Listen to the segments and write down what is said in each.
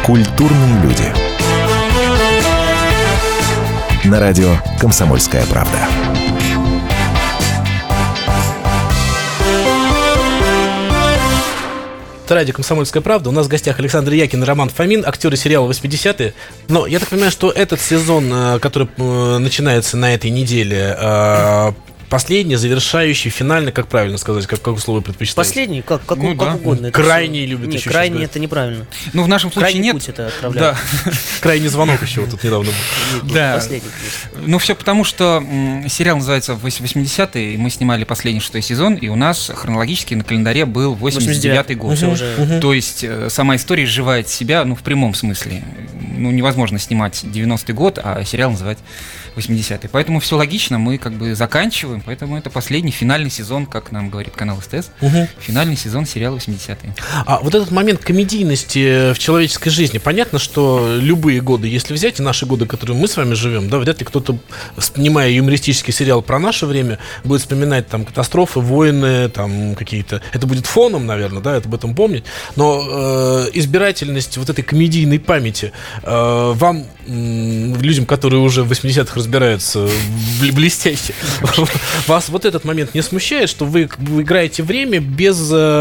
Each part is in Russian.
Культурные люди. На радио «Комсомольская правда». Это радио «Комсомольская правда». У нас в гостях Александр Якин и Роман Фомин, актеры сериала «80-е». Но я так понимаю, что этот сезон, который начинается на этой неделе, последний, завершающий, финальный, как правильно сказать, какое слово предпочитаете? Последний, как угодно. Крайний любит еще. Крайний это неправильно. Ну, в нашем случае крайний нет. Путь это отправляют. Да. Крайний звонок еще вот тут недавно был. Да. Последний. Ну, все потому, что сериал называется «80-е», и мы снимали последний 6-й сезон, и у нас хронологически на календаре был 89-й год. То есть сама история изживает себя, ну, в прямом смысле. Ну, невозможно снимать 90-й год, а сериал называть 80-й. Поэтому все логично, мы как бы заканчиваем, поэтому это последний, финальный сезон, как нам говорит канал СТС, финальный сезон сериала 80-е. А вот этот момент комедийности в человеческой жизни, понятно, что любые годы, если взять, и наши годы, которые мы с вами живем, да, вряд ли кто-то, снимая юмористический сериал про наше время, будет вспоминать там катастрофы, войны, там какие-то... Это будет фоном, наверное, да, это об этом помнить, но избирательность вот этой комедийной памяти вам, людям, которые уже в 80-х разбираются блестяще, вас вот этот момент не смущает, что вы играете время без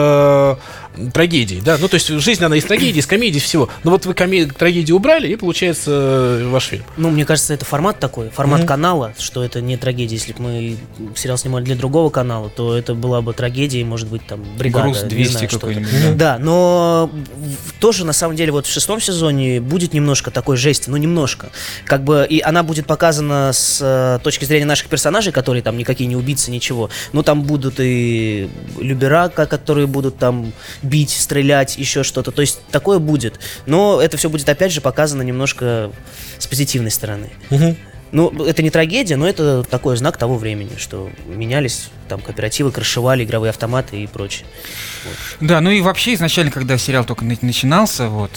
трагедии, да? Ну, то есть жизнь, она из трагедии, из комедии, всего. Но вот вы трагедию убрали, и получается ваш фильм. Ну, мне кажется, это формат такой, формат канала, что это не трагедия. Если бы мы сериал снимали для другого канала, то это была бы трагедия, может быть, там, бригада. Груз 200 какой-нибудь. Да, но тоже, на самом деле, вот в 6-м сезоне будет немножко такой жести, ну, немножко. Как бы, и она будет показана с точки зрения наших персонажей, которые там никакие не убийцы, ничего. Но там будут и любера, которые будут там бить, стрелять, еще что-то. То есть такое будет. Но это все будет, опять же, показано немножко с позитивной стороны. Ну, это не трагедия, но это такой знак того времени, что менялись там кооперативы, крышевали игровые автоматы и прочее. Вот. Да, ну и вообще изначально, когда сериал только начинался, вот,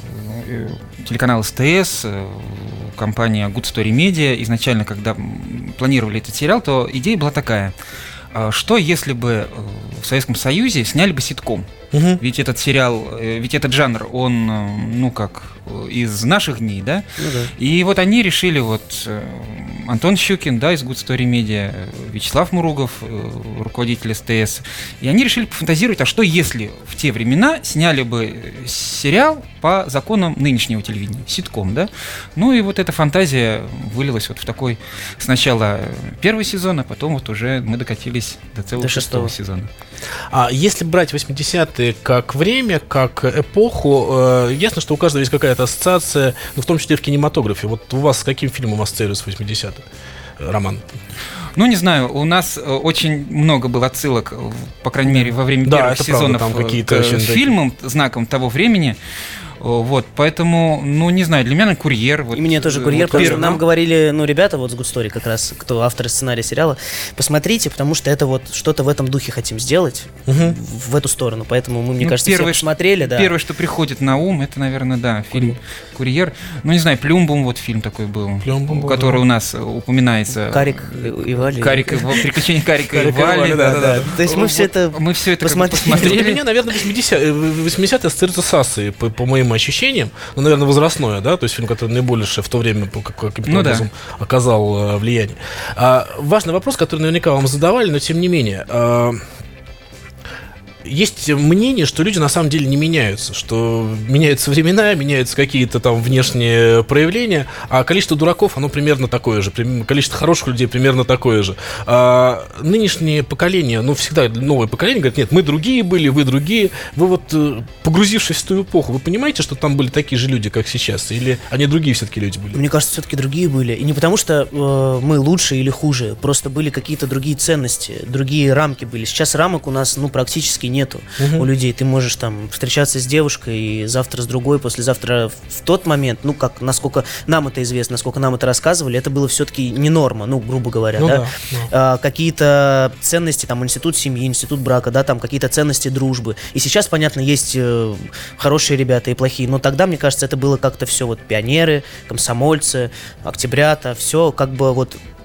телеканал СТС, компания Good Story Media, изначально, когда планировали этот сериал, то идея была такая: что если бы в Советском Союзе сняли бы ситком? Ведь этот сериал, ведь этот жанр, он, ну как, из наших дней, да? Ну да. И вот они решили, вот, Антон Щукин, да, из Good Story Media, Вячеслав Муругов, руководитель СТС, и они решили пофантазировать, а что если в те времена сняли бы сериал по законам нынешнего телевидения, ситком, да? Ну и вот эта фантазия вылилась вот в такой, сначала первый сезон, а потом вот уже мы докатились до целого 6-го сезона. А если брать 80-е как время, как эпоху, ясно, что у каждого есть какая-то ассоциация, ну, в том числе в кинематографе. Вот у вас с каким фильмом ассоциируется 80-е, Роман? Ну, не знаю, у нас очень много было отсылок, по крайней мере, во время первых сезонов к фильмам, знаком того времени. Вот, поэтому, ну, не знаю, для меня «Курьер». Вот, и мне тоже «Курьер», потому что нам говорили, ну, ребята вот с Good Story, как раз, кто авторы сценария сериала, посмотрите, потому что это вот что-то в этом духе хотим сделать, в эту сторону, поэтому мы, мне кажется, все посмотрели, да. Первое, что приходит на ум, это, наверное, да, фильм «Курьер». Ну, не знаю, «Плюмбум», вот фильм такой был, который у нас упоминается. «Карик и Вали». «Приключения Карика и Вали», да. То есть мы все это посмотрели. Для меня, наверное, 80-е ассоциируются с «Асой», по моим ощущениям, ну, наверное, возрастное, да, то есть фильм, который наиболее в то время каким-то образом оказал влияние. Важный вопрос, который наверняка вам задавали, но тем не менее, есть мнение, что люди на самом деле не меняются, что меняются времена, меняются какие-то там внешние проявления, а количество дураков, оно примерно такое же, количество хороших людей примерно такое же. Нынешнее поколение, ну, всегда новое поколение говорит: нет, мы другие были, вы другие. Вы вот, погрузившись в ту эпоху, вы понимаете, что там были такие же люди, как сейчас, или они другие все-таки люди были? Мне кажется, все-таки другие были, и не потому что мы лучше или хуже, просто были какие-то другие ценности, другие рамки были. Сейчас рамок у нас, ну, практически нету у людей. Ты можешь там встречаться с девушкой и завтра с другой, послезавтра. В тот момент, ну, как, насколько нам это известно, насколько нам это рассказывали, это было все-таки не норма, ну, грубо говоря, да? Какие-то ценности, там, институт семьи, институт брака, да, там, какие-то ценности дружбы. И сейчас, понятно, есть хорошие ребята и плохие, но тогда, мне кажется, это было как-то все вот пионеры, комсомольцы, октябрята, все как бы вот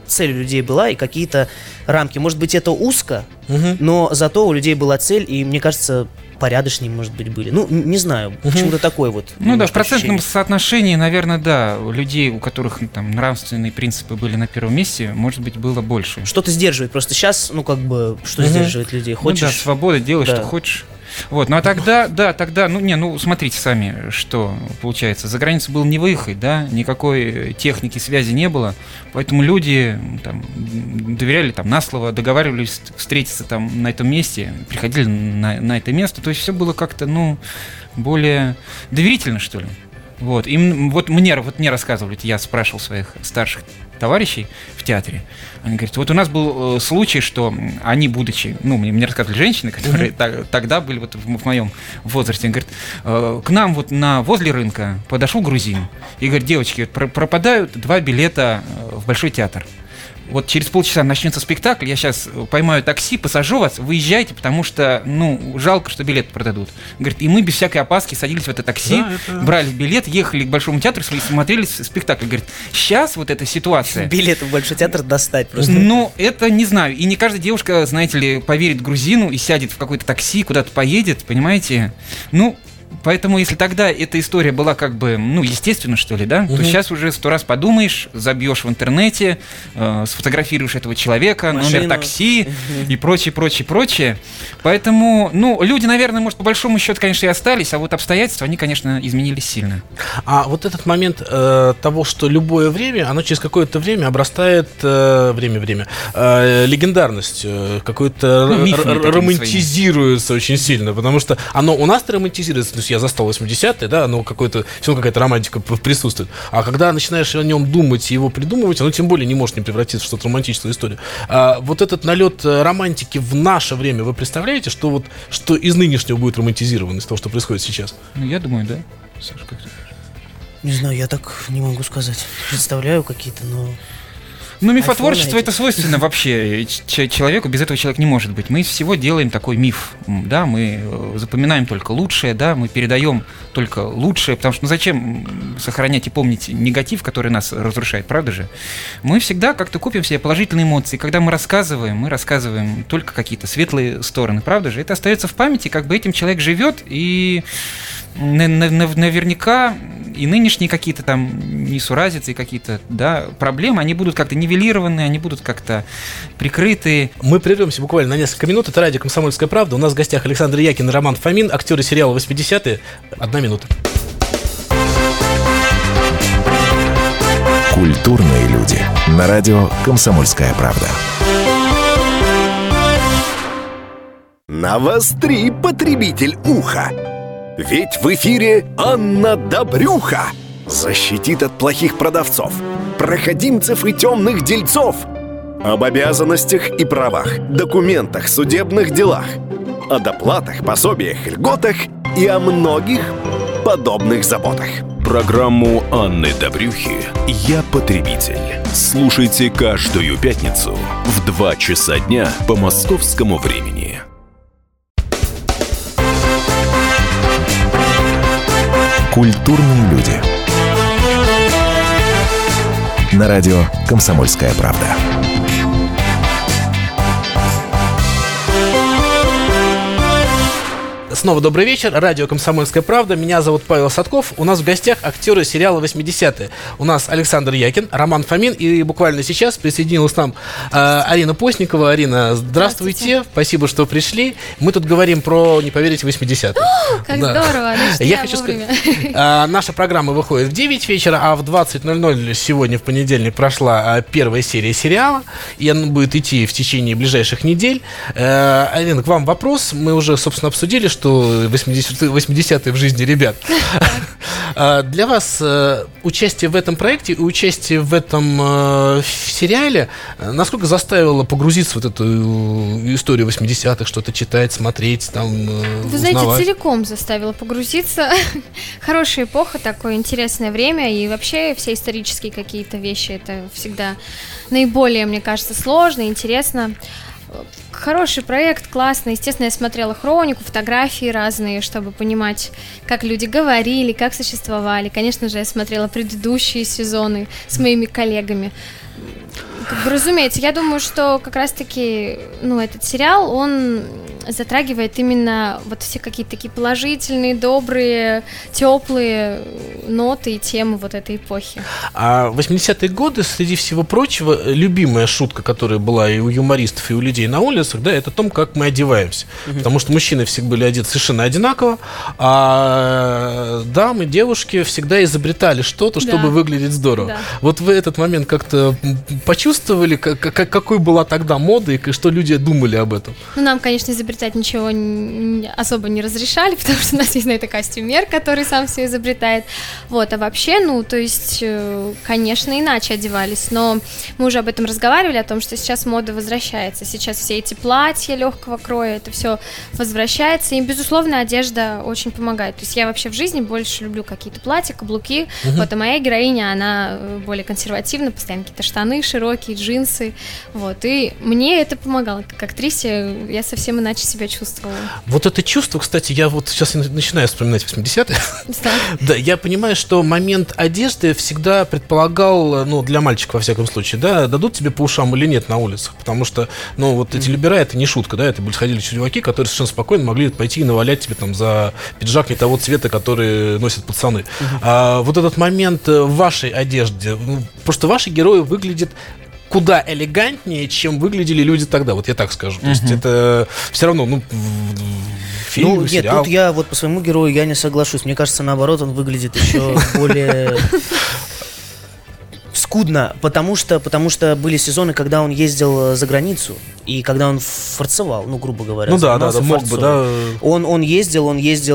цель у людей была и какие-то рамки. Может быть, это узко, но зато у людей была цель, и, мне кажется, порядочнее, может быть, были. Ну, не знаю, почему-то такой вот. Ну да, в процентном соотношении, наверное, да, у людей, у которых там нравственные принципы были на первом месте, может быть, было больше. Что-то сдерживает. Просто сейчас, ну, как бы, что сдерживает людей? Хочешь? Ну да, свобода, делай, что хочешь. Вот, ну а тогда, смотрите сами, что получается. За границу был не выехать, да, никакой техники, связи не было, поэтому люди там доверяли там на слово, договаривались встретиться там на этом месте, приходили на это место, то есть все было как-то, более доверительно, что ли. Вот, и мне рассказывали, я спрашивал своих старших товарищей в театре, они говорят, вот у нас был случай, что они, будучи, мне рассказывали женщины, которые тогда были вот в моем возрасте, они говорят, к нам вот возле рынка подошел грузин, и говорит, девочки, пропадают 2 билета в Большой театр. Вот через полчаса начнется спектакль, я сейчас поймаю такси, посажу вас, выезжайте, потому что, жалко, что билет продадут. Говорит, и мы без всякой опаски садились в это такси, брали билет, ехали к Большому театру, смотрели спектакль. Говорит, сейчас вот эта ситуация... Билет в Большой театр достать просто. Это не знаю. И не каждая девушка, знаете ли, поверит грузину и сядет в какое-то такси, куда-то поедет, понимаете? Поэтому, если тогда эта история была как бы, естественно, что ли, да, то сейчас уже 100 раз подумаешь, забьешь в интернете, сфотографируешь этого человека, машину, номер такси и прочее. Поэтому, люди, наверное, может, по большому счету, конечно, и остались, а вот обстоятельства, они, конечно, изменились сильно. А вот этот момент того, что любое время, оно через какое-то время обрастает легендарностью, какое-то романтизируется очень сильно, потому что оно у нас романтизируется, то есть я застал 80-е, да, оно все равно какая-то романтика присутствует. А когда начинаешь о нем думать и его придумывать, оно тем более не может не превратиться в что-то романтическую историю. А вот этот налет романтики в наше время, вы представляете, что из нынешнего будет романтизировано, из того, что происходит сейчас? Я думаю, да. Саша, как ты? Не знаю, я так не могу сказать. Представляю какие-то, но... Мифотворчество — это свойственно вообще человеку, без этого человек не может быть. Мы из всего делаем такой миф, да, мы запоминаем только лучшее, да, мы передаем только лучшее, потому что зачем сохранять и помнить негатив, который нас разрушает, правда же? Мы всегда как-то купим себе положительные эмоции, когда мы рассказываем только какие-то светлые стороны, правда же? Это остается в памяти, как бы этим человек живет, и наверняка и нынешние какие-то там несуразицы, какие-то, да, проблемы, они будут как-то нивелированы, они будут как-то прикрыты. Мы прервемся буквально на несколько минут. Это радио «Комсомольская правда». У нас в гостях Александр Якин и Роман Фомин, актеры сериала «80-е». 1 минута. Культурные люди. На радио «Комсомольская правда». Навостри, потребитель уха. Ведь в эфире Анна Добрюха защитит от плохих продавцов, проходимцев и темных дельцов. Об обязанностях и правах, документах, судебных делах, о доплатах, пособиях, льготах и о многих подобных заботах. Программу Анны Добрюхи «Я потребитель». Слушайте каждую пятницу в 2 часа дня по московскому времени. Культурные люди. На радио «Комсомольская правда». Снова добрый вечер. Радио «Комсомольская правда». Меня зовут Павел Садков. У нас в гостях актеры сериала «80-е». У нас Александр Якин, Роман Фомин. И буквально сейчас присоединилась к нам Арина Постникова. Арина, здравствуйте. Спасибо, что пришли. Мы тут говорим про, не поверите, 80-е. Как здорово. Я хочу сказать, наша программа выходит в 9 вечера, а в 20:00 сегодня, в понедельник, прошла первая серия сериала. И она будет идти в течение ближайших недель. Арина, к вам вопрос. Мы уже, собственно, обсудили, что 80-е в жизни ребят. Для вас участие в этом проекте и участие в этом сериале насколько заставило погрузиться в эту историю 80-х, что-то читать, смотреть, там, Вы знаете, целиком заставило погрузиться. Хорошая эпоха, такое интересное время, и вообще все исторические какие-то вещи, это всегда наиболее, мне кажется, сложно, интересно. Хороший проект, классный. Естественно, я смотрела хронику, фотографии разные, чтобы понимать, как люди говорили, как существовали. Конечно же, я смотрела предыдущие сезоны с моими коллегами. Разумеется, я думаю, что как раз-таки, этот сериал, он затрагивает именно вот все какие-то такие положительные, добрые, теплые ноты и темы вот этой эпохи. А 80-е годы, среди всего прочего, любимая шутка, которая была и у юмористов, и у людей на улицах, да, это о том, как мы одеваемся. Потому что мужчины всегда были одеты совершенно одинаково, а дамы, девушки всегда изобретали что-то, чтобы выглядеть здорово. Да. Вот вы этот момент как-то почувствовали, какой была тогда мода и что люди думали об этом? Нам, конечно, изобретать ничего особо не разрешали, потому что у нас есть на это костюмер, который сам все изобретает. Вот, а вообще, то есть, конечно, иначе одевались, но мы уже об этом разговаривали, о том, что сейчас мода возвращается. Сейчас все эти платья легкого кроя, это все возвращается, и, безусловно, одежда очень помогает. То есть я вообще в жизни больше люблю какие-то платья, каблуки. Вот, а моя героиня, она более консервативна, постоянно какие-то штаны широкие, джинсы. Вот, и мне это помогало. Как актрисе я совсем иначе себя чувствовала. Вот это чувство, кстати, я вот сейчас начинаю вспоминать 80-е. Да, я понимаю, что момент одежды всегда предполагал, для мальчика, во всяком случае, да, дадут тебе по ушам или нет на улицах, потому что, вот эти любера, это не шутка, да, это были ходили чуваки, которые совершенно спокойно могли пойти и навалять тебе там за пиджак не того цвета, который носят пацаны. А вот этот момент в вашей одежде, просто ваши герои выглядят куда элегантнее, чем выглядели люди тогда, вот я так скажу. То есть это все равно, фильм, сериал. Нет, тут я вот по своему герою я не соглашусь. Мне кажется, наоборот, он выглядит еще более скудно, потому что были сезоны, когда он ездил за границу, и когда он форцевал, грубо говоря. Мог бы, да. Он ездил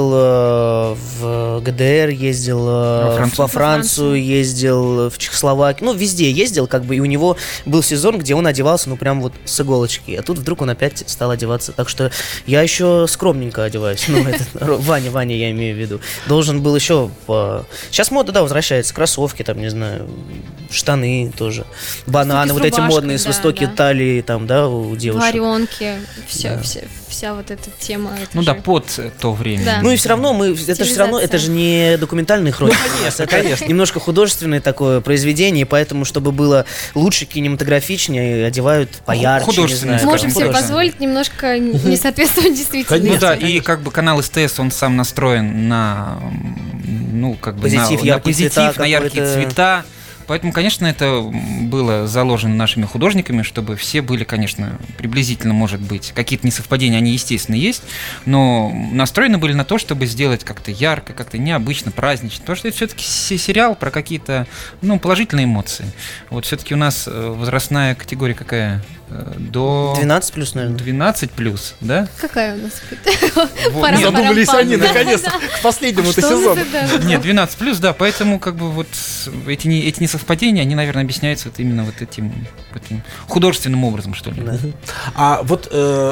в ГДР, ездил во Францию, ездил в Чехословакию, везде ездил, и у него был сезон, где он одевался, прям вот с иголочки, а тут вдруг он опять стал одеваться, так что я еще скромненько одеваюсь, Ваня, я имею в виду, должен был еще, сейчас мода, возвращается, кроссовки, там, не знаю, штаны тоже, бананы, вот эти модные, с высокой талией, там, да, у девушек. Варенки, вся вот эта тема. Под то время. Да. И все равно это же не документальный хроника. Конечно. Немножко художественное такое произведение, поэтому, чтобы было лучше, кинематографичнее, одевают поярче. Художественное. Можем себе позволить немножко не соответствовать действительности. И канал СТС, он сам настроен на позитив, на яркие цвета. Поэтому, конечно, это было заложено нашими художниками, чтобы все были, конечно, приблизительно, может быть, какие-то несовпадения, они, естественно, есть, но настроены были на то, чтобы сделать как-то ярко, как-то необычно, празднично, потому что это все-таки сериал про какие-то, положительные эмоции. Вот все-таки у нас возрастная категория какая? До 12+, наверное. 12+, да? Какая у нас? Задумались они, наконец-то, к последнему сезону. Нет, 12+, да, поэтому эти несовпадения, они, наверное, объясняются именно этим художественным образом, что ли. А вот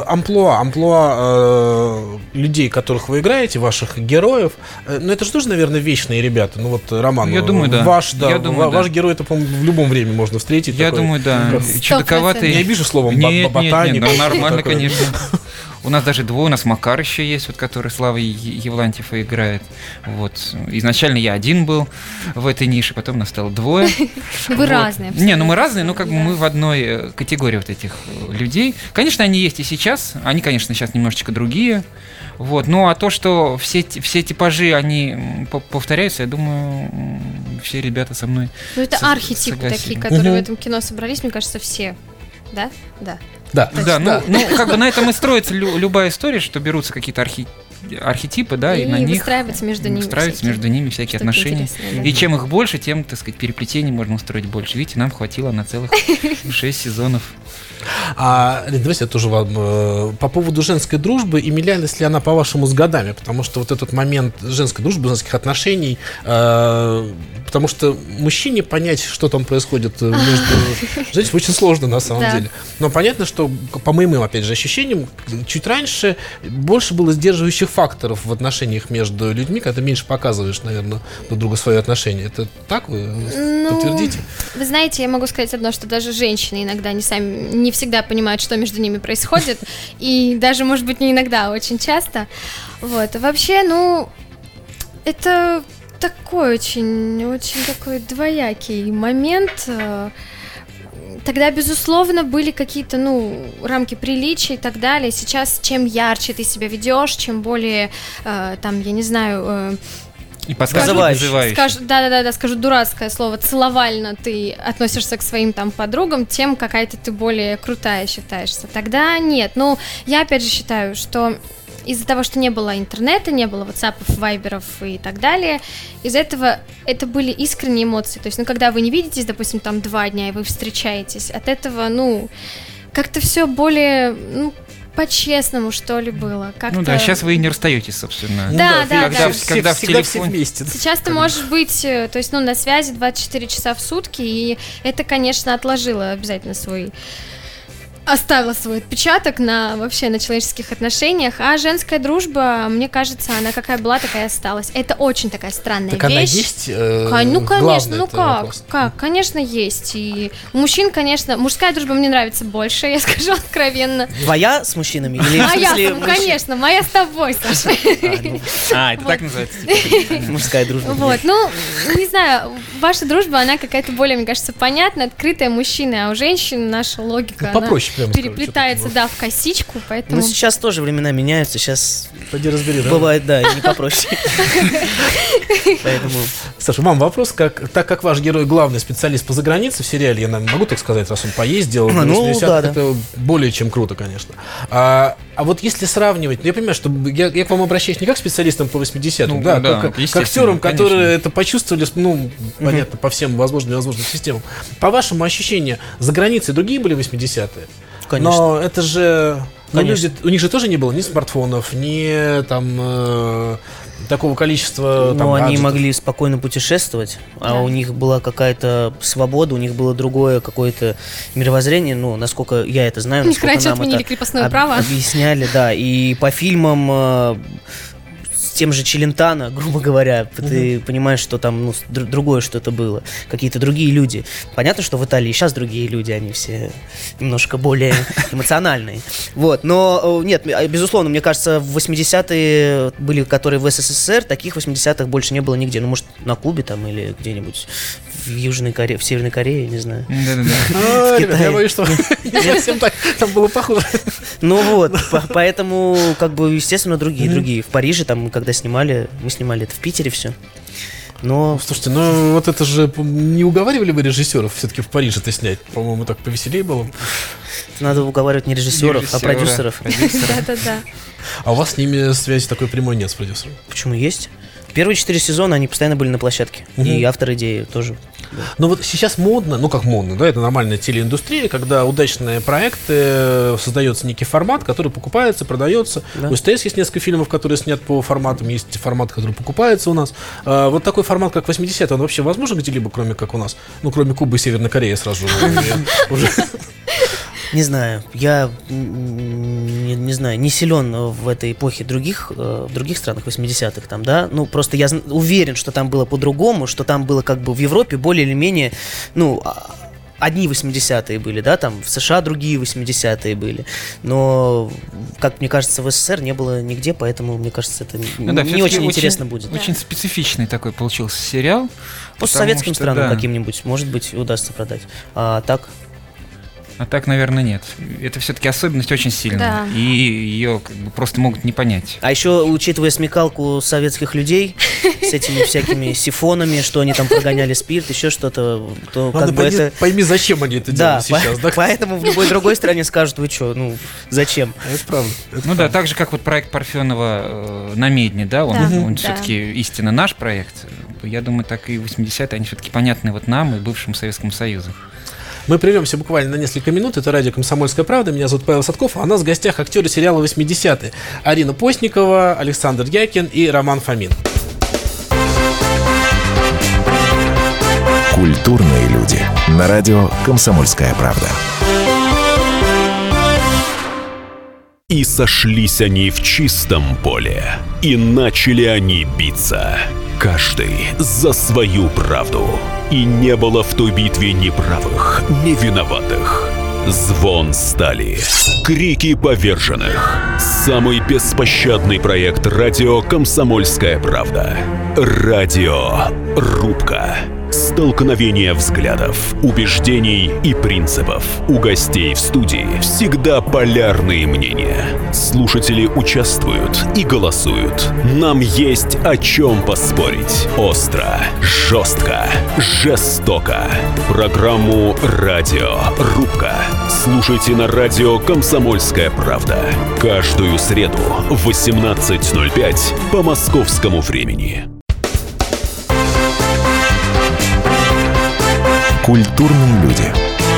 амплуа людей, которых вы играете, ваших героев, это же тоже, наверное, вечные ребята. Роман, я думаю, да. Ваш герой, это, по-моему, в любом времени можно встретить. Я думаю, да. Чудаковатый. Не обижу словом ботаник. Нормально, конечно. У нас даже двое, у нас Макар еще есть, который Слава Евлантьев играет. Вот. Изначально я один был в этой нише, потом нас стало двое. Вы разные. Мы разные, но мы в одной категории вот этих людей. Конечно, они есть и сейчас. Они, конечно, сейчас немножечко другие. Вот. Ну, а то, что все типажи, они повторяются, я думаю, все ребята со мной это архетипы такие, которые в этом кино собрались, мне кажется, все. Да? Да. Да, на этом и строится любая история, что берутся какие-то архетипы, да, и на них выстраиваются между ними всякие отношения. Да. И чем их больше, тем, переплетений можно устроить больше. Видите, нам хватило на целых 6 сезонов. Давайте я тоже вам по поводу женской дружбы, и менялась ли она, по-вашему, с годами? Потому что вот этот момент женской дружбы, женских отношений, потому что мужчине понять, что там происходит между женщинами, очень сложно на самом деле. Но понятно, что по моим, опять же, ощущениям, чуть раньше больше было сдерживающих факторов в отношениях между людьми, когда ты меньше показываешь, наверное, друг другу свои отношения. Это так вы подтвердите? Вы знаете, я могу сказать одно, что даже женщины иногда не всегда понимают, что между ними происходит, и даже, может быть, не иногда, а очень часто. Вот. Вообще, это такой очень такой двоякий момент. Тогда, безусловно, были какие-то, рамки приличия и так далее. Сейчас, чем ярче ты себя ведешь, чем более, я не знаю... И подсказываешь. Скажу дурацкое слово, целовально ты относишься к своим там подругам, тем какая-то ты более крутая считаешься. Тогда нет. Я опять же считаю, что из-за того, что не было интернета, не было ватсапов, вайберов и так далее, из-за этого это были искренние эмоции. То есть, когда вы не видитесь, допустим, там 2 дня, и вы встречаетесь, от этого, как-то все более, по-честному, что ли, было. Как-то... сейчас вы и не расстаетесь, собственно. Да. Когда в телефоне вместе. Сейчас ты можешь быть, то есть, на связи 24 часа в сутки, и это, конечно, отложило обязательно оставила свой отпечаток вообще на человеческих отношениях, а женская дружба, мне кажется, она какая была, такая и осталась. Это очень такая странная вещь. Так она есть? Конечно, как? Конечно, есть. И у мужчин, конечно, мужская дружба мне нравится больше, я скажу откровенно. Твоя с мужчинами? Или моя, конечно, моя с тобой, Саша. Это так называется? Мужская дружба. Вот, не знаю, ваша дружба, она какая-то более, мне кажется, понятная, открытая мужчины, а у женщин наша логика, попроще. Переплетается, в косичку, поэтому... сейчас тоже времена меняются, сейчас... Пойди разбери, да? Бывает, не попроще. Поэтому... Саша, вам вопрос, так как ваш герой главный специалист по загранице в сериале, я, наверное, могу так сказать, раз он поездил, это более чем круто, конечно. А вот если сравнивать, я понимаю, что я к вам обращаюсь не как к специалистам по 80-м, как к актерам, которые это почувствовали, понятно, по всем возможным и невозможным системам. По вашему ощущению, за границей другие были 80-е? Конечно. Но это же... люди, у них же тоже не было ни смартфонов, ни такого количества... они могли спокойно путешествовать, а у них была какая-то свобода, у них было другое какое-то мировоззрение, насколько я это знаю, насколько раньше нам отменили крепостное право. Объясняли, и по фильмам... с тем же Челентано, грубо говоря, ты понимаешь, что там другое что-то было, какие-то другие люди. Понятно, что в Италии сейчас другие люди, они все немножко более эмоциональные. Вот, но нет, безусловно, мне кажется, в 80-е были, которые в СССР, таких 80-х больше не было нигде. Может, на Кубе там или где-нибудь в Южной Корее, в Северной Корее, не знаю. Да. Я боюсь, что не совсем так там было похоже. Поэтому, естественно, другие. В Париже, там, когда мы снимали это в Питере все. Но... Слушайте, вот это же не уговаривали бы режиссеров все-таки в Париже-то снять? По-моему, так повеселее было. Надо уговаривать не режиссеров, а продюсеров. Да. А у вас с ними связи такой прямой нет с продюсером? Почему есть? Первые 4 сезона они постоянно были на площадке. И автор идеи тоже. Да. Но вот сейчас модно, как модно, это нормальная телеиндустрия, когда удачные проекты, создается некий формат, который покупается, продается. Да. У СТС есть несколько фильмов, которые снят по форматам, есть формат, который покупается у нас. Вот такой формат, как 80-е, он вообще возможен где-либо, кроме как у нас? Кроме Кубы и Северной Кореи сразу уже. Не знаю, я не знаю, не силен в этой эпохе в других странах 80-х там, да, просто я уверен, что там было по-другому, что там было в Европе более или менее, одни 80-е были, да, там в США другие 80-е были, но, как мне кажется, в СССР не было нигде, поэтому, мне кажется, это не очень интересно будет. Очень специфичный такой получился сериал. Постсоветским странам каким-нибудь, может быть, удастся продать, а так, наверное, нет. Это все-таки особенность очень сильная, и ее просто могут не понять. А еще, учитывая смекалку советских людей с этими всякими сифонами, что они там прогоняли спирт, еще что-то, то пойми, зачем они это делают сейчас, да? Поэтому в любой другой стране скажут, вы что, зачем? Это правда. Да, так же, как проект Парфенова на Медне, да, он все-таки истинно наш проект. Я думаю, так и 80-е, они все-таки понятны нам и бывшему Советскому Союзу. Мы прервемся буквально на несколько минут. Это радио «Комсомольская правда». Меня зовут Павел Садков, а у нас в гостях актеры сериала «80-е». Арина Постникова, Александр Якин и Роман Фомин. Культурные люди. На радио «Комсомольская правда». И сошлись они в чистом поле, и начали они биться, каждый за свою правду. И не было в той битве ни правых, ни виноватых. Звон стали, крики поверженных. Самый беспощадный проект радио «Комсомольская правда». Радиорубка. Столкновение взглядов, убеждений и принципов. У гостей в студии всегда полярные мнения. Слушатели участвуют и голосуют. Нам есть о чем поспорить. Остро, жестко, жестоко. Программу «Радиорубка» слушайте на радио «Комсомольская правда». Каждую среду в 18:05 по московскому времени. Культурные люди.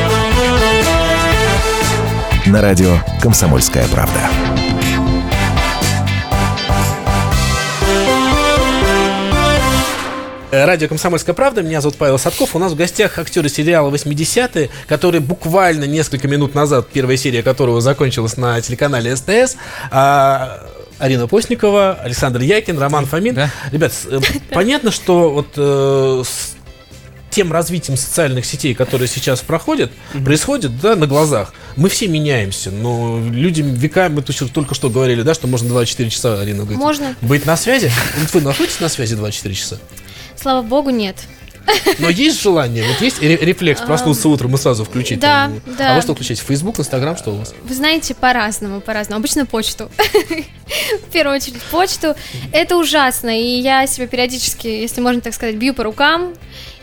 На радио «Комсомольская правда». Радио «Комсомольская правда». Меня зовут Павел Садков. У нас в гостях актеры сериала «80-е», который буквально несколько минут назад, первая серия которого закончилась на телеканале СТС. Арина Постникова, Александр Якин, Роман Фомин. Да. Ребят, понятно, что вот с тем развитием социальных сетей, которые сейчас происходит, да, на глазах, мы все меняемся, но люди веками, мы только что говорили, да, что можно 24 часа, Арина говорит, можно быть на связи. Вот вы находитесь на связи 24 часа? Слава богу, нет. Но есть желание, вот есть рефлекс проснуться утром и сразу включить? Да, там, да. А вы что включаете? Facebook, Instagram, что у вас? Вы знаете, по-разному. Обычно почту. В первую очередь почту. Это ужасно, и я себя периодически, если можно так сказать, бью по рукам.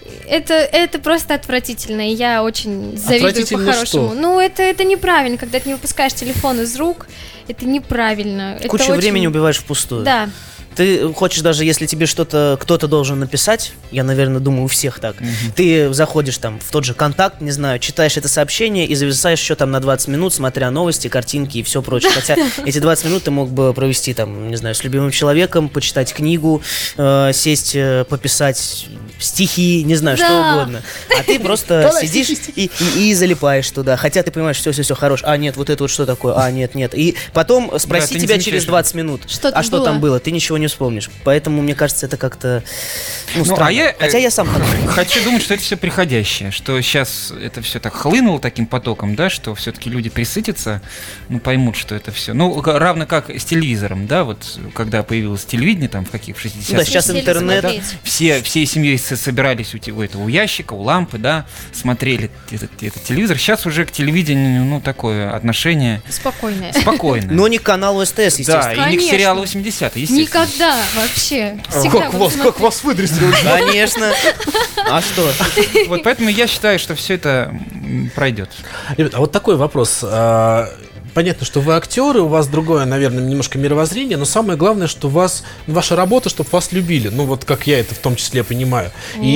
Это просто отвратительно, и я очень завидую по-хорошему. Ну, это неправильно, когда ты не выпускаешь телефон из рук, это неправильно. Кучу времени убиваешь впустую. Да. Ты хочешь, даже если тебе что-то кто-то должен написать, я, наверное, думаю, у всех так, ты заходишь там в тот же контакт, не знаю, читаешь это сообщение и зависаешь еще там на 20 минут, смотря новости, картинки и все прочее. Хотя эти 20 минут ты мог бы провести там, не знаю, с любимым человеком, почитать книгу, сесть, пописать стихи, не знаю, что угодно. А ты просто сидишь и залипаешь туда. Хотя ты понимаешь, все, хорош. А, нет, вот это вот что такое? А, нет. И потом спроси тебя через 20 минут, что там было? Ты ничего не вспомнишь. Поэтому, мне кажется, это как-то странно. Хотя я сам хочу думать, что это все приходящее, что сейчас это все так хлынуло таким потоком, да, что все-таки люди присытятся, поймут, что это все. Равно как с телевизором, да, вот когда появилось телевидение, там, в 60-х. Да, сейчас интернет. Да, всей семьей собирались у ящика, у лампы, да, смотрели этот телевизор. Сейчас уже к телевидению, такое отношение... Спокойное. Но не к каналу СТС, естественно. Да, и не к сериалу 80-е, естественно. Никогда вообще. Как вас выдрессировали? Конечно. А что? Вот поэтому я считаю, что все это пройдет. Ребят, а вот такой вопрос. Понятно, что вы актеры, у вас другое, наверное, немножко мировоззрение, но самое главное, что ваша работа, чтобы вас любили. Ну, вот как я это в том числе понимаю.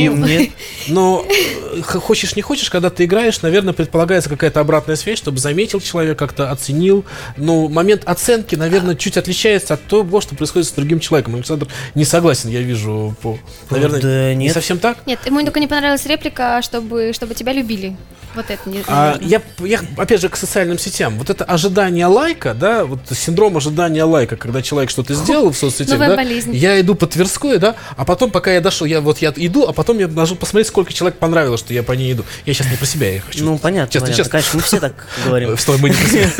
Но хочешь не хочешь, когда ты играешь, наверное, предполагается какая-то обратная связь, чтобы заметил человек, как-то оценил. Но момент оценки, наверное, чуть отличается от того, что происходит с другим человеком. Александр не согласен, я вижу. Наверное, да, не совсем так? Нет, ему только не понравилась реплика, чтобы тебя любили. Вот это не. Я опять же к социальным сетям. Вот это ожидание лайка, да, вот синдром ожидания лайка, когда человек что-то сделал в соцсетях, да, болезнь. Я иду по Тверской, да, а потом, пока я дошел, я иду, а потом я должен посмотреть, сколько человек понравилось, что я по ней иду. Я сейчас не про себя, я хочу. Ну, понятно, честно. Конечно, мы все так говорим. Что мы не про себя.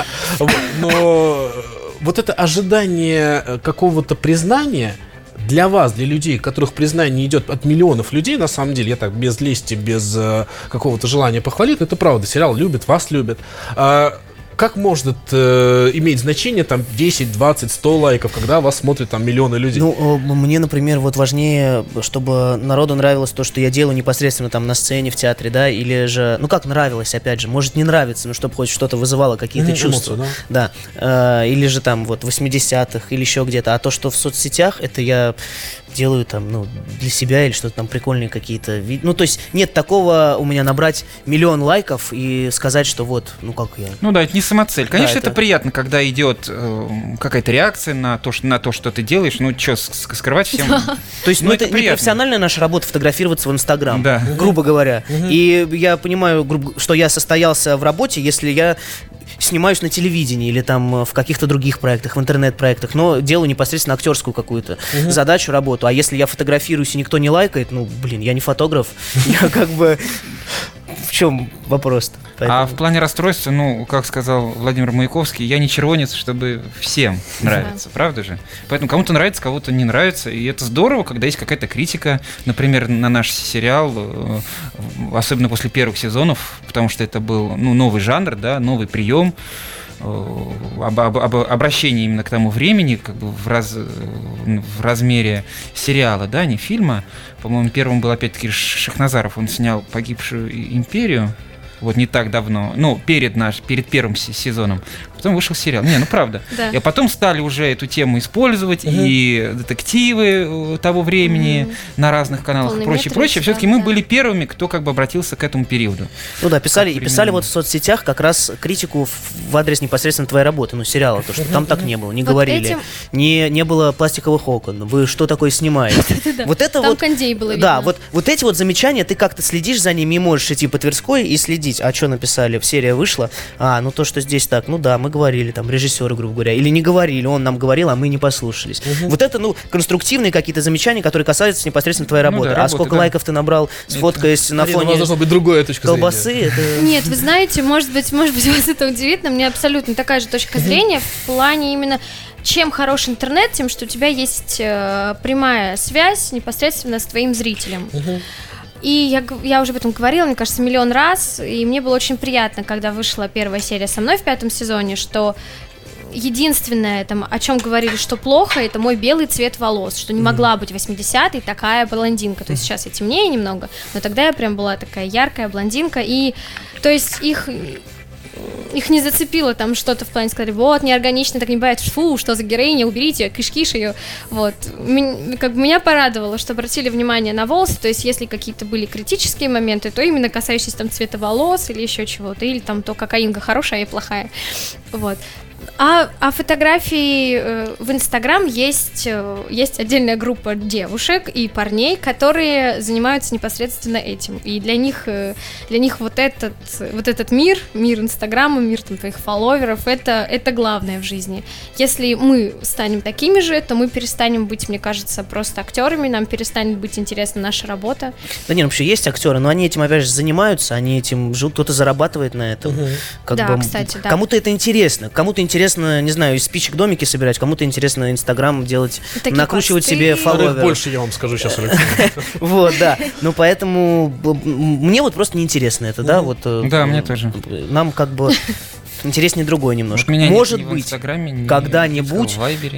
Но вот это ожидание какого-то признания для вас, для людей, которых признание идет от миллионов людей, на самом деле, я так без лести, без какого-то желания похвалить, но это правда, сериал любит, вас любят. Как может иметь значение там 10, 20, 100 лайков, когда вас смотрят там миллионы людей? Ну, мне, например, вот важнее, чтобы народу нравилось то, что я делаю непосредственно там на сцене, в театре, да, или же, как нравилось, опять же, может не нравится, но чтобы хоть что-то вызывало какие-то чувства. Эмоции, да? Да. Или же там вот 80-х, или еще где-то. А то, что в соцсетях, это я делаю там, для себя или что-то там прикольные какие-то. То есть нет такого у меня набрать миллион лайков и сказать, что вот, как я. Да, это не самоцель. Конечно, да, это приятно, когда идет какая-то реакция на то, что ты делаешь. Что скрывать всем. То есть, это не профессиональная наша работа фотографироваться в Инстаграм, грубо говоря. И я понимаю, что я состоялся в работе, если я снимаюсь на телевидении или там в каких-то других проектах, в интернет-проектах, но делаю непосредственно актерскую какую-то задачу, работу. А если я фотографируюсь и никто не лайкает, я не фотограф, я как бы... В чем вопрос-то? А в плане расстройства, как сказал Владимир Маяковский, я не червонец, чтобы всем нравиться, правда же? Поэтому кому-то нравится, кому-то не нравится, и это здорово, когда есть какая-то критика, например, на наш сериал, особенно после первых сезонов, потому что это был новый жанр, да, новый прием, обращение именно к тому времени, как бы в размере сериала, да, не фильма. По-моему, первым был опять-таки Шахназаров, он снял «Погибшую империю», вот не так давно, перед первым сезоном. Потом вышел сериал. Правда. Да. И потом стали уже эту тему использовать, и детективы того времени на разных каналах и прочее. Все-таки мы были первыми, кто как бы обратился к этому периоду. Писали вот в соцсетях как раз критику в адрес непосредственно твоей работы, сериала, то, что там так не было, не говорили. Не было пластиковых окон, вы что такое снимаете? Вот это там кондей было видно. Да, вот эти вот замечания, ты как-то следишь за ними и можешь идти по Тверской и следить. А что написали? Серия вышла. То, что здесь так. Мы говорили, там, режиссеры, грубо говоря. Или не говорили, он нам говорил, а мы не послушались. Вот это, конструктивные какие-то замечания, которые касаются непосредственно твоей работы. Сколько лайков ты набрал, сфоткаясь на фоне должна быть другая точка колбасы? Нет, вы знаете, может быть, вас это удивит, но мне абсолютно такая же точка зрения в плане именно... Чем хорош интернет, тем, что у тебя есть прямая связь непосредственно с твоим зрителем. И я уже об этом говорила, мне кажется, миллион раз, и мне было очень приятно, когда вышла первая серия со мной в 5 сезоне, что единственное, о чем говорили, что плохо, это мой белый цвет волос, что не могла быть 80-й такая блондинка, то есть сейчас я темнее немного, но тогда я прям была такая яркая блондинка, и то есть их не зацепило там что-то в плане, сказали, вот, неорганично, так не бывает, фу, что за героиня, уберите, киш-киш ее, вот. Меня порадовало, что обратили внимание на волосы, то есть если какие-то были критические моменты, то именно касающиеся там цвета волос или еще чего-то, или там то, какая Инга хорошая, а я плохая, вот. А фотографии в Инстаграм есть отдельная группа девушек и парней, которые занимаются непосредственно этим. И для них вот этот мир Инстаграма, мир там твоих фолловеров, это главное в жизни. Если мы станем такими же, то мы перестанем быть, мне кажется, просто актерами, нам перестанет быть интересна наша работа. Да нет, вообще есть актеры, но они этим, опять же, занимаются, они этим живут, кто-то зарабатывает на этом. Кстати, да. Кому-то это интересно, интересно, не знаю, из спичек домики собирать, кому-то интересно Инстаграм делать, накручивать себе фолловеров. Больше я вам скажу сейчас. Вот, да. Поэтому мне вот просто неинтересно это, да, вот. Да, мне тоже. Нам как бы интереснее другое немножко. Может быть, когда-нибудь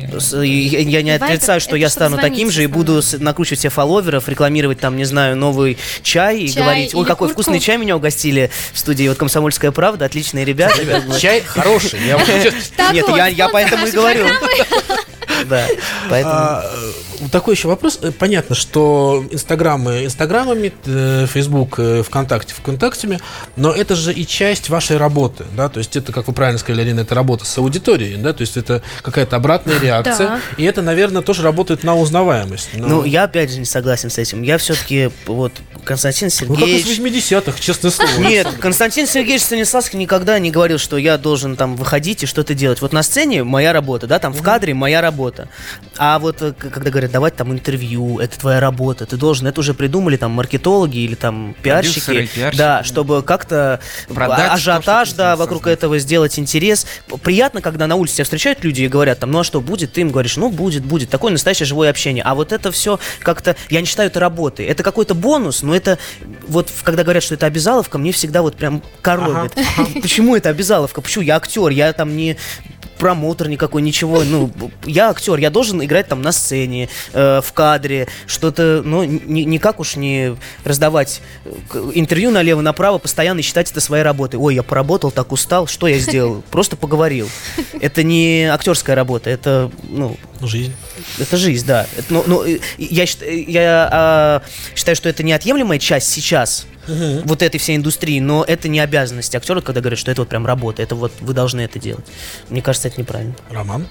я не отрицаю, что я стану таким же и буду накручивать себе фолловеров, рекламировать там, не знаю, новый чай и говорить, ой, какой вкусный чай меня угостили в студии вот «Комсомольская правда», отличные ребята. Чай хороший. Нет, я поэтому и говорю. Да, поэтому... Такой еще вопрос. Понятно, что инстаграмами, Фейсбук, ВКонтактами, но это же и часть вашей работы, да, то есть это, как вы правильно сказали, Арина, это работа с аудиторией, да, то есть это какая-то обратная реакция, да. И это, наверное, тоже работает на узнаваемость. Я опять же не согласен с этим. Я все-таки, Константин Сергеевич... как из 80-х, честное слово. Нет, Константин Сергеевич Станиславский никогда не говорил, что я должен там выходить и что-то делать. Вот на сцене моя работа, да, там в кадре моя работа. А вот когда говорят, давать там интервью, это твоя работа, ты должен, это уже придумали там маркетологи или там пиарщики, да, чтобы как-то ажиотаж, да, вокруг этого сделать интерес. Приятно, когда на улице тебя встречают люди и говорят там, а что будет, ты им говоришь, будет, такое настоящее живое общение. А вот это все как-то, я не считаю это работой, это какой-то бонус, но это вот, когда говорят, что это обязаловка, мне всегда вот прям коробит. Почему это обязаловка? Почему? Я актер, я там не промоутер никакой, ничего, я актер, я должен играть там на сцене, в кадре, что-то, никак уж не раздавать интервью налево-направо, постоянно считать это своей работой. Ой, я поработал, так устал, что я сделал? Просто поговорил. Это не актерская работа, это, жизнь. Это жизнь, да. Я считаю, что это неотъемлемая часть сейчас вот этой всей индустрии, но это не обязанность актера, когда говорят, что это вот прям работа, это вот вы должны это делать. Мне кажется, это неправильно. Роман?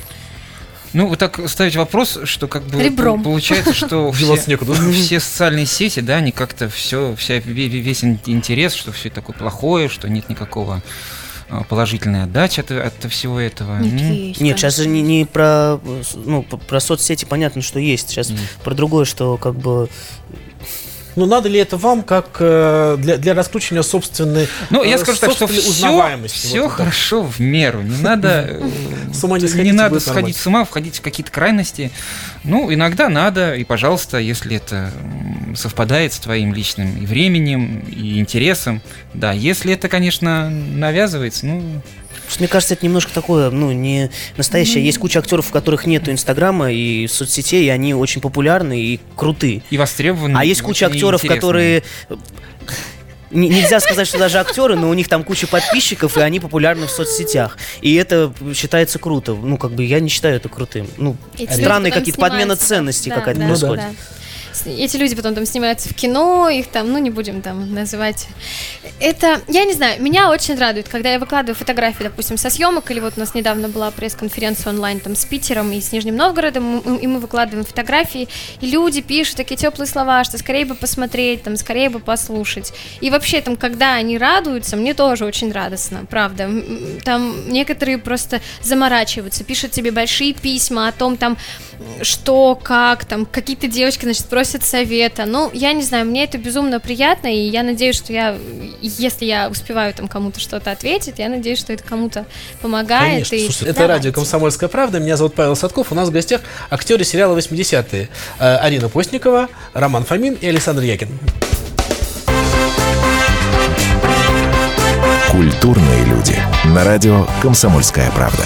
Вы так ставите вопрос, что как бы ребром. Получается, что все социальные сети, да, они как-то весь интерес, что все такое плохое, что нет никакого положительная отдача от всего этого. Нет, сейчас же не про, про соцсети понятно, что есть. Сейчас про другое, что как бы... Ну, надо ли это вам как для раскручивания собственной я скажу так, что узнаваемости? Все хорошо в меру. Не надо сходить с ума, входить в какие-то крайности. Иногда надо, и, пожалуйста, если это совпадает с твоим личным и временем, и интересом. Да, если это, конечно, навязывается, Мне кажется, это немножко такое, не настоящее. Есть куча актеров, у которых нету Инстаграма и соцсетей, и они очень популярны и крутые. И востребованы. А есть куча актеров, которые... Нельзя сказать, что даже актеры, но у них там куча подписчиков, и они популярны в соцсетях. И это считается круто. Я не считаю это крутым. Странные какие-то, подмена ценностей какая-то происходит. Эти люди потом там снимаются в кино, их там, не будем там называть. Это, я не знаю, меня очень радует, когда я выкладываю фотографии, допустим, со съемок, или вот у нас недавно была пресс-конференция онлайн там с Питером и с Нижним Новгородом, и мы выкладываем фотографии, и люди пишут такие теплые слова, что скорее бы посмотреть, там, скорее бы послушать. И вообще, там, когда они радуются, мне тоже очень радостно, правда. Там некоторые просто заморачиваются, пишут тебе большие письма о том, там, что, как, там, какие-то девочки, значит, просят совета. Я не знаю, мне это безумно приятно, и я надеюсь, что если я успеваю там кому-то что-то ответить, я надеюсь, что это кому-то помогает. Конечно. Слушайте, это радио «Комсомольская правда». Меня зовут Павел Садков. У нас в гостях актеры сериала «80-е». Арина Постникова, Роман Фомин и Александр Якин. Культурные люди. На радио «Комсомольская правда».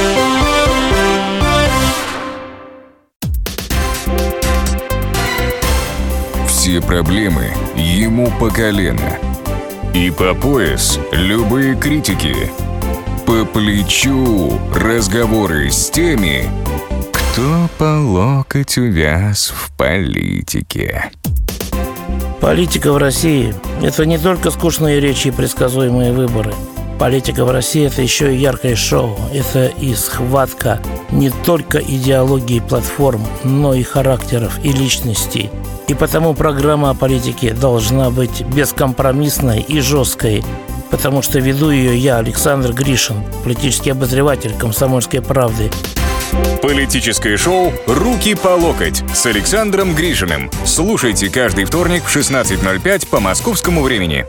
Все проблемы ему по колено. И по пояс любые критики. По плечу разговоры с теми, кто по локоть увяз в политике. Политика в России – это не только скучные речи и предсказуемые выборы. Политика в России – это еще и яркое шоу. Это и схватка не только идеологии и платформ, но и характеров и личностей. И потому программа о политике должна быть бескомпромиссной и жесткой, потому что веду ее я, Александр Гришин, политический обозреватель «Комсомольской правды». Политическое шоу «Руки по локоть» с Александром Гришиным. Слушайте каждый вторник в 16:05 по московскому времени.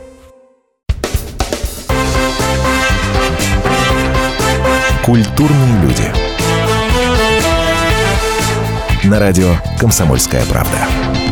Культурные люди. На радио «Комсомольская правда».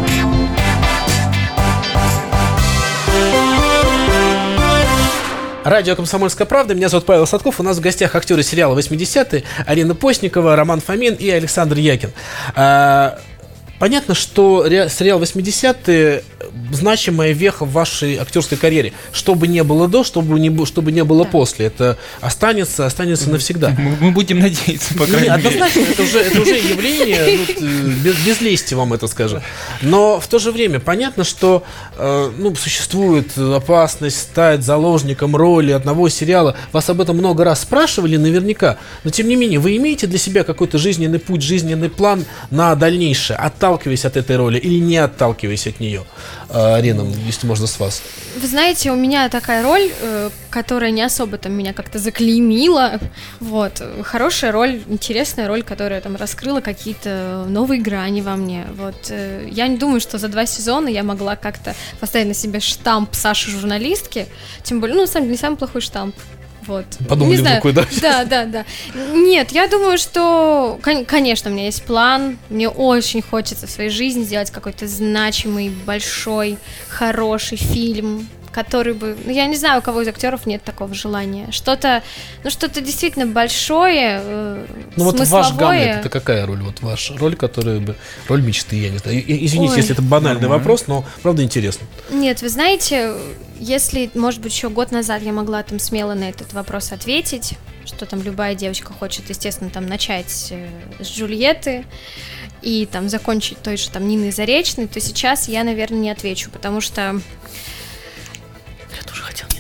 Радио «Комсомольская правда». Меня зовут Павел Садков. У нас в гостях актеры сериала «80-е» Арина Постникова, Роман Фомин и Александр Якин. Понятно, что сериал «80-е» значимая веха в вашей актерской карьере. Что бы ни было до, чтобы не было после. Это останется навсегда. Мы будем надеяться, по крайней мере. Однозначно, это уже явление, без лести вам это скажу. Но в то же время понятно, что существует опасность стать заложником роли одного сериала. Вас об этом много раз спрашивали наверняка. Но тем не менее, вы имеете для себя какой-то жизненный путь, жизненный план на дальнейшее, отталкиваясь от этой роли или не отталкиваясь от нее? Арина, если можно с вас. Вы знаете, у меня такая роль, которая не особо там меня как-то заклеймила. Вот. Хорошая роль, интересная роль, которая там раскрыла какие-то новые грани во мне. Вот. Я не думаю, что за 2 сезона я могла как-то поставить на себя штамп Саши-журналистки. Тем более, на самом деле, не самый плохой штамп. Вот. Подумали, какой, да? Да. Нет, я думаю, что, конечно, у меня есть план. Мне очень хочется в своей жизни сделать какой-то значимый, большой, хороший фильм, который бы... я не знаю, у кого из актеров нет такого желания. Что-то действительно большое, смысловое. Вот ваш Гамлет, это какая роль? Вот ваша роль, которая бы... Роль мечты, я не знаю. Извините, если это банальный вопрос, но правда интересно. Нет, вы знаете, если, может быть, еще год назад я могла там смело на этот вопрос ответить, что там любая девочка хочет, естественно, там начать с Джульетты и там закончить той же там Ниной Заречной, то сейчас я, наверное, не отвечу, потому что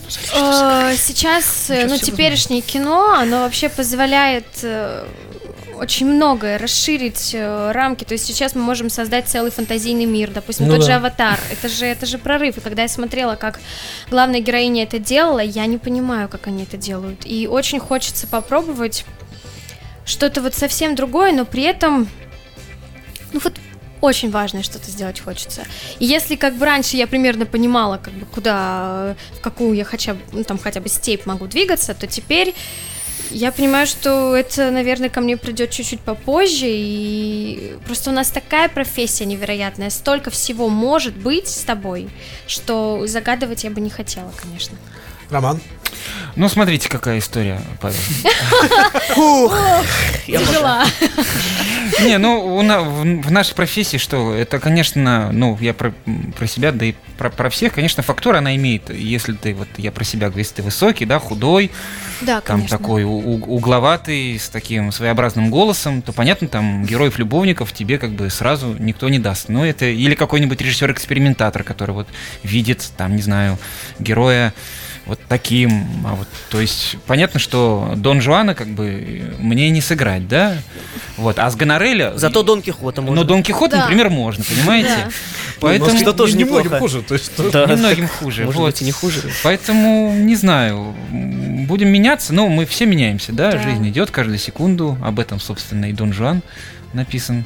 сейчас, теперешнее кино, оно вообще позволяет очень многое, расширить рамки. То есть сейчас мы можем создать целый фантазийный мир. Допустим, тот же «Аватар». Это же прорыв. И когда я смотрела, как главная героиня это делала, я не понимаю, как они это делают. И очень хочется попробовать что-то вот совсем другое, но при этом, ну вот, очень важное что-то сделать хочется. И если как бы раньше я примерно понимала, как бы куда, в какую я хотя бы степь могу двигаться, то теперь я понимаю, что это, наверное, ко мне придет чуть-чуть попозже, и просто у нас такая профессия невероятная, столько всего может быть с тобой, что загадывать я бы не хотела, конечно. Роман? Ну, смотрите, какая история, Павел. Тяжела. Не, ну, в нашей профессии что? Это, конечно, ну, я про себя, да и про всех, конечно, фактура она имеет. Если ты, вот я про себя говорю, если ты высокий, да, худой, да, там такой угловатый, с таким своеобразным голосом, то, понятно, там героев-любовников тебе как бы сразу никто не даст. Ну, это или какой-нибудь режиссер-экспериментатор, который вот видит, там, не знаю, героя вот таким, то есть понятно, что Дон Жуана как бы мне не сыграть, да, вот, а с Гонореля... Зато Дон Кихота можно. Но Дон Кихота, да, например, можно, понимаете? Да. Поэтому что тоже немногим хуже, то есть да, немногим хуже, может быть и не хуже. Поэтому не знаю, будем меняться, но мы все меняемся, да, жизнь идет каждую секунду, об этом, собственно, и Дон Жуан написан,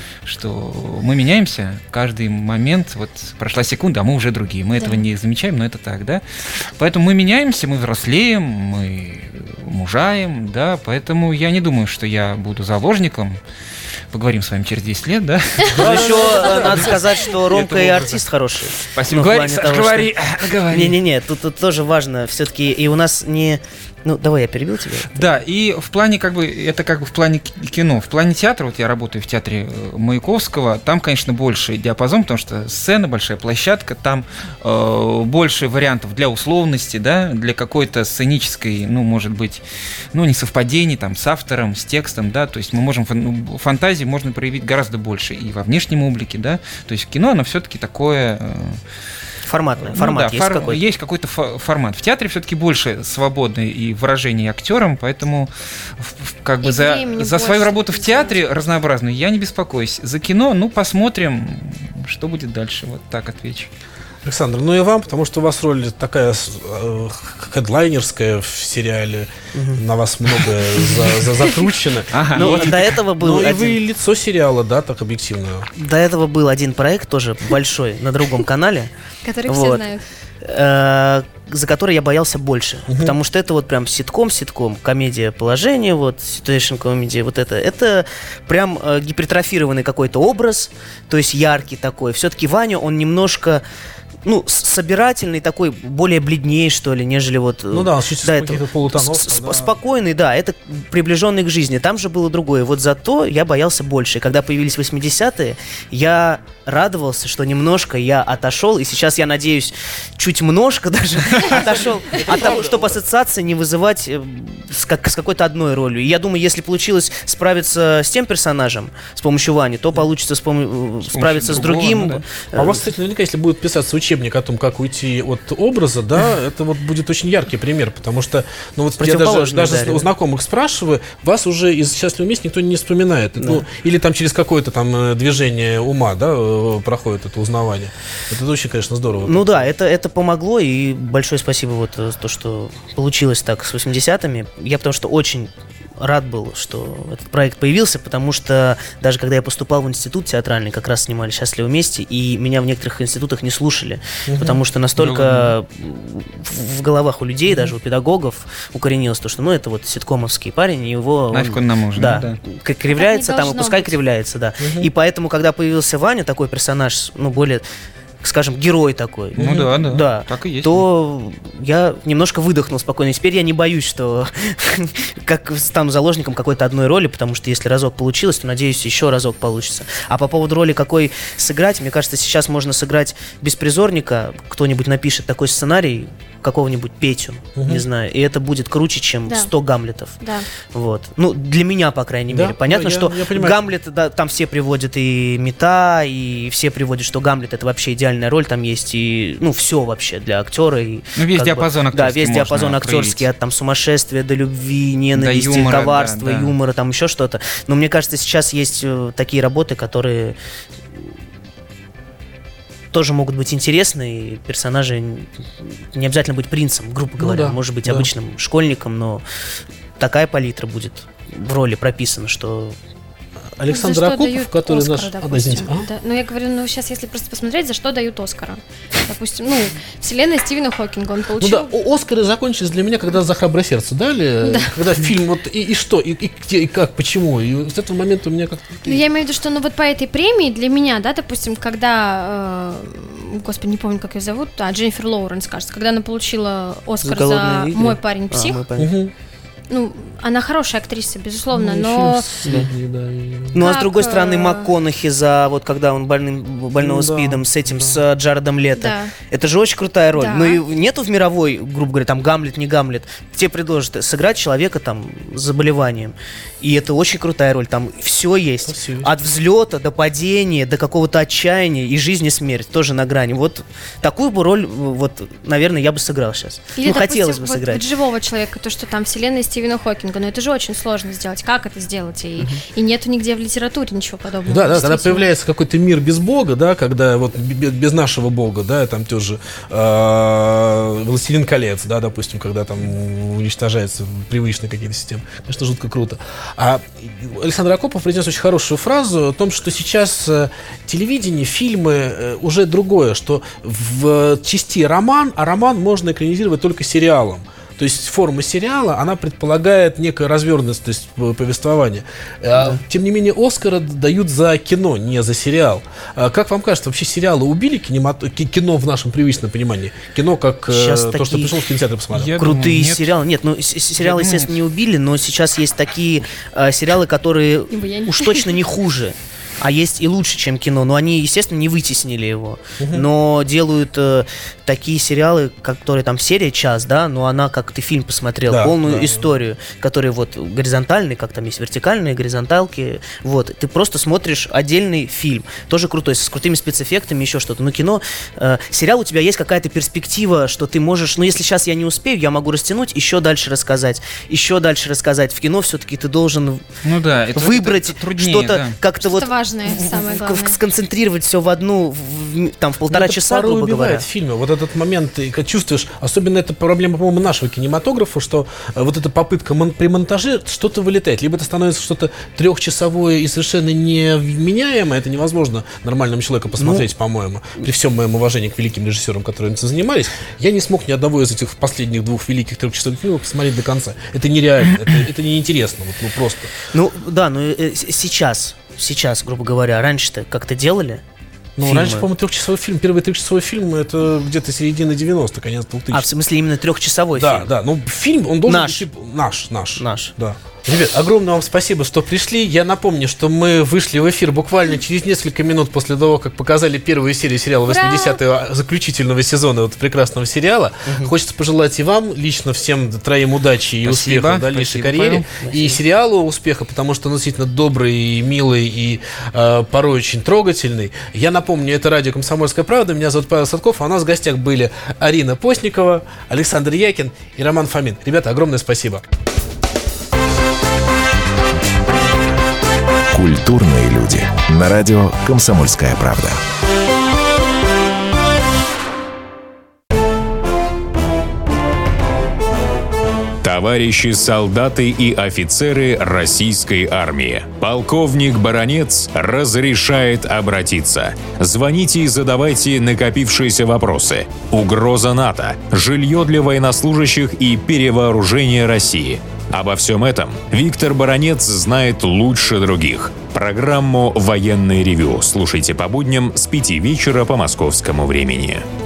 что мы меняемся каждый момент, вот прошла секунда, а мы уже другие, мы этого не замечаем, но это так, да, поэтому мы меняемся, мы взрослеем, мы мужаем, да, поэтому я не думаю, что я буду заложником. Поговорим с вами через 10 лет, да? Еще надо сказать, что Ромка и артист хороший. Спасибо. Говори. Не-не-не, тут тоже важно все-таки, и у нас не... Ну, давай я перебил тебя. Да, и в плане, как бы, это как бы в плане кино. В плане театра, вот я работаю в театре Маяковского, там, конечно, больше диапазон, потому что сцена, большая площадка, там больше вариантов для условности, да, для какой-то сценической, ну, может быть, ну, несовпадений там с автором, с текстом, да, то есть мы можем, фантазии можно проявить гораздо больше и во внешнем облике, да, то есть кино, оно все-таки такое... Формат да, есть какой-то. Есть какой-то формат. В театре все-таки больше свободы и выражений актерам, поэтому как бы за свою работу в театре разнообразную я не беспокоюсь. За кино, ну, посмотрим, что будет дальше. Вот так отвечу. Александр, ну и вам, потому что у вас роль такая хедлайнерская в сериале, на вас многое закручено. Ну, до этого был и вы лицо сериала, да, так объективно. До этого был один проект, тоже большой, на другом канале. Который все знают. За который я боялся больше. Потому что это вот прям ситком, комедия положения, вот, situation comedy, вот это. Это прям гипертрофированный какой-то образ, то есть яркий такой. Все-таки Ваня, он немножко... Ну, собирательный такой, более бледнее, что ли, нежели вот... Ну да, он чуть-чуть каких-то полутонов. Спокойный, да, это приближенный к жизни. Там же было другое. Вот зато я боялся больше. И когда появились 80-е, я радовался, что немножко я отошел, и сейчас я надеюсь, чуть немножко даже отошел от того, чтобы ассоциации не вызывать с какой-то одной ролью. И я думаю, если получилось справиться с тем персонажем с помощью Вани, то получится справиться с другим. А у вас, кстати, наверняка, если будет писаться учебник о том, как уйти от образа, да, это вот будет очень яркий пример, потому что, ну вот я даже у знакомых спрашиваю, вас уже из «Счастливого вместе» никто не вспоминает. Да. Ну, или там через какое-то там движение ума, да, проходит это узнавание. Это очень, конечно, здорово. Ну да, это помогло, и большое спасибо вот то, что получилось так с 80-ми. Я потому что очень рад был, что этот проект появился, потому что даже когда я поступал в институт театральный, как раз снимали «Счастливы вместе», и меня в некоторых институтах не слушали, потому что настолько в головах у людей, даже у педагогов укоренилось то, что, ну, это вот ситкомовский парень, его... Нафиг он нам нужен. Да, кривляется там, и пускай кривляется, да. И поэтому, когда появился Ваня, такой персонаж, ну, более... скажем, герой такой, ну да, так и есть, то я немножко выдохнул спокойно. И теперь я не боюсь, что как стану заложником какой-то одной роли, потому что если разок получилось, то, надеюсь, еще разок получится. А по поводу роли какой сыграть, мне кажется, сейчас можно сыграть беспризорника, кто-нибудь напишет такой сценарий, какого-нибудь Петю, не знаю, и это будет круче, чем 100 Гамлетов. Да. Вот. Ну, для меня, по крайней мере. Понятно, что Гамлет, да, там все приводят и Мета, и все приводят, что Гамлет — это вообще идеальный идеальная роль, там есть и, все вообще для актера. И, весь диапазон актерский. Да, весь диапазон актерский, от там сумасшествия до любви, ненависти, до юмора, коварства, юмора, там еще что-то. Но мне кажется, сейчас есть такие работы, которые тоже могут быть интересны, и персонажи не обязательно быть принцем, грубо говоря, может быть обычным школьником, но такая палитра будет в роли прописана, что... Александр Акопов, который Оскара, наш... Да. Ну, я говорю, сейчас, если просто посмотреть, за что дают Оскара. Допустим, вселенная Стивена Хокинга, он получил... Оскары закончились для меня, когда «За храброе сердце» дали, когда фильм, и что, и где, и как, почему, и с этого момента у меня как-то... Я имею в виду, что, по этой премии для меня, допустим, когда... Господи, не помню, как ее зовут, Дженнифер Лоуренс, кажется, когда она получила Оскар за «Мой парень псих», она хорошая актриса, безусловно, но... А с другой стороны, МакКонахи за когда он больного СПИДом с этим, с Джаредом Лето. Да. Это же очень крутая роль. Да. И нету в мировой, грубо говоря, там Гамлет, не Гамлет. Тебе предложат сыграть человека там с заболеванием. И это очень крутая роль. Там все есть. От взлета до падения, до какого-то отчаяния и жизнь и смерть. Тоже на грани. Вот такую бы роль, наверное, я бы сыграл сейчас. Или, допустим, хотелось бы сыграть. Живого человека, то, что там вселенная Стивена Хокинга, но это же очень сложно сделать. Как это сделать? И нету нигде в литературе ничего подобного. Да, когда появляется какой-то мир без Бога, да, когда без нашего Бога, да, там тоже «Властелин колец», да, допустим, когда там уничтожаются привычные какие-то системы. Конечно, жутко круто. А Александр Акопов произнес очень хорошую фразу о том, что сейчас телевидение, фильмы уже другое, что в части роман, а роман можно экранизировать только сериалом. То есть форма сериала, она предполагает некую развернутость повествования. Тем не менее, Оскара дают за кино, не за сериал. Как вам кажется, вообще сериалы убили кино в нашем привычном понимании? Кино как сейчас то, что пришел в кинотеатр посмотрел. Крутые сериалы. Нет, сериалы, естественно, не убили, но сейчас есть такие сериалы, которые уж точно не хуже. А есть и лучше, чем кино. Но они, естественно, не вытеснили его. Но делают такие сериалы, которые там серия час, да, но она, как ты фильм посмотрел, полную историю, которые горизонтальные, как там есть вертикальные, горизонталки. Ты просто смотришь отдельный фильм. Тоже крутой, с крутыми спецэффектами, еще что-то. Но кино, сериал, у тебя есть какая-то перспектива, что ты можешь, если сейчас я не успею, я могу растянуть, еще дальше рассказать. В кино все-таки ты должен выбрать что-то, как-то важное, самое главное. Сконцентрировать все в одну, в полтора часа, грубо говоря. Убивает фильмы. Вот этот момент, ты чувствуешь, особенно это проблема, по-моему, нашего кинематографа, что вот эта попытка при монтаже что-то вылетает. Либо это становится что-то трехчасовое и совершенно невменяемое, это невозможно нормальному человеку посмотреть, по-моему. При всем моем уважении к великим режиссерам, которые этим занимались, я не смог ни одного из этих последних двух великих трехчасовых фильмов посмотреть до конца. Это нереально, это неинтересно, просто. Сейчас, грубо говоря, раньше-то как-то делали? Раньше, по-моему, трехчасовой фильм, первый трехчасовой фильм, это где-то середина 90-х, конец 2000-х. В смысле именно трехчасовой фильм? Да, фильм, он должен быть наш. Да. Ребят, огромное вам спасибо, что пришли. Я напомню, что мы вышли в эфир буквально через несколько минут после того, как показали первую серию сериала 80-го заключительного сезона прекрасного сериала. Хочется пожелать и вам, лично всем троим удачи и успеха в дальнейшей карьере. И сериалу успеха, потому что он действительно добрый, милый и порой очень трогательный. Я напомню, это радио «Комсомольская правда». Меня зовут Павел Садков, а у нас в гостях были Арина Постникова, Александр Якин и Роман Фомин. Ребята, огромное спасибо. Культурные люди. На радио «Комсомольская правда». Товарищи солдаты и офицеры российской армии. Полковник Баранец разрешает обратиться. Звоните и задавайте накопившиеся вопросы. Угроза НАТО, жилье для военнослужащих и перевооружение России. Обо всем этом Виктор Баранец знает лучше других. Программу «Военное ревю» слушайте по будням с 5 вечера по московскому времени.